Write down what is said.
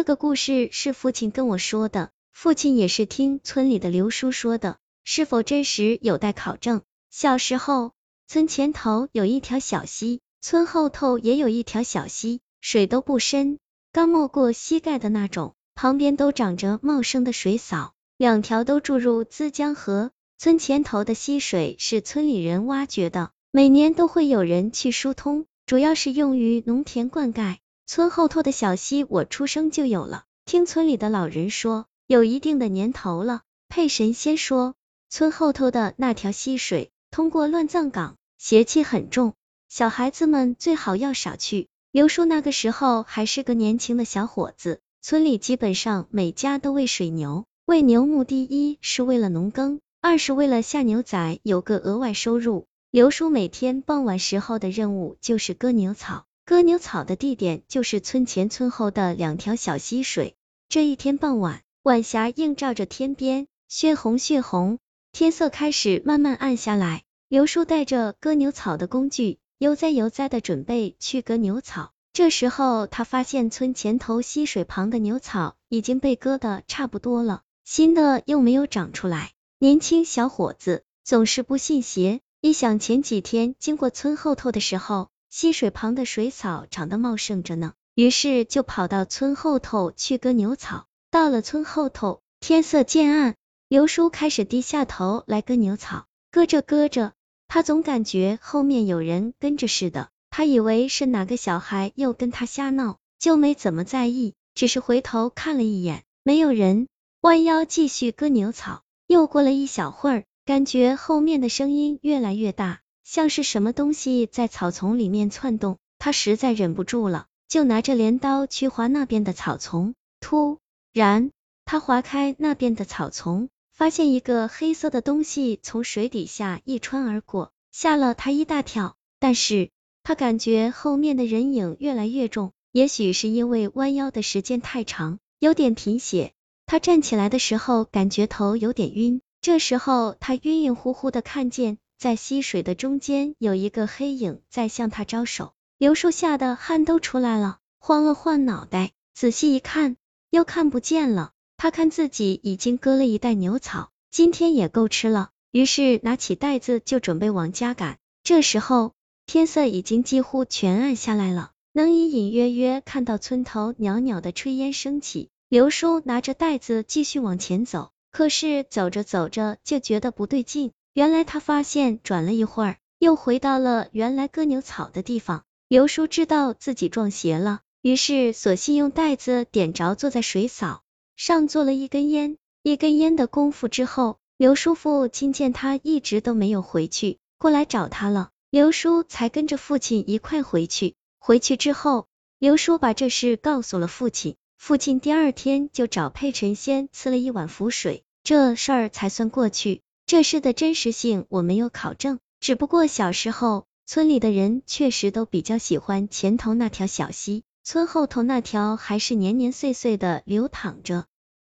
这个故事是父亲跟我说的，父亲也是听村里的刘叔说的，是否真实有待考证。小时候，村前头有一条小溪，村后头也有一条小溪，水都不深，刚没过膝盖的那种，旁边都长着茂盛的水草，两条都注入资江河。村前头的溪水是村里人挖掘的，每年都会有人去疏通，主要是用于农田灌溉。村后头的小溪我出生就有了，听村里的老人说有一定的年头了。配神仙说，村后头的那条溪水通过乱葬岗，邪气很重，小孩子们最好要少去。刘叔那个时候还是个年轻的小伙子，村里基本上每家都喂水牛，喂牛目的一是为了农耕，二是为了下牛仔有个额外收入。刘叔每天傍晚时候的任务就是割牛草，割牛草的地点就是村前村后的两条小溪水。这一天傍晚，晚霞映照着天边，血红，天色开始慢慢暗下来。刘叔带着割牛草的工具，悠哉的准备去割牛草。这时候他发现村前头溪水旁的牛草已经被割得差不多了，新的又没有长出来。年轻小伙子总是不信邪，一想前几天经过村后头的时候，溪水旁的水草长得茂盛着呢，于是就跑到村后头去割牛草。到了村后头，天色渐暗，刘叔开始低下头来割牛草。割着，他总感觉后面有人跟着似的，他以为是哪个小孩又跟他瞎闹，就没怎么在意，只是回头看了一眼，没有人，弯腰继续割牛草。又过了一小会儿，感觉后面的声音越来越大，像是什么东西在草丛里面窜动，他实在忍不住了，就拿着镰刀去划那边的草丛。突然，他划开那边的草丛，发现一个黑色的东西从水底下一穿而过，吓了他一大跳。但是他感觉后面的人影越来越重，也许是因为弯腰的时间太长，有点贫血。他站起来的时候感觉头有点晕，这时候他晕乎乎的看见在溪水的中间有一个黑影在向他招手。刘叔吓得汗都出来了，晃了晃脑袋，仔细一看又看不见了。他看自己已经割了一袋牛草，今天也够吃了，于是拿起袋子就准备往家赶。这时候天色已经几乎全暗下来了，能隐隐约看到村头袅袅的炊烟升起。刘叔拿着袋子继续往前走，可是走着就觉得不对劲，原来他发现转了一会儿，又回到了原来割牛草的地方。刘叔知道自己撞邪了，于是索性用袋子点着坐在水草上做了一根烟。一根烟的功夫之后，刘叔父亲见他一直都没有回去，过来找他了，刘叔才跟着父亲一块回去。回去之后，刘叔把这事告诉了父亲，父亲第二天就找配神仙赐了一碗符水，这事儿才算过去。这事的真实性我没有考证，只不过小时候村里的人确实都比较喜欢前头那条小溪，村后头那条还是年年岁岁的流淌着。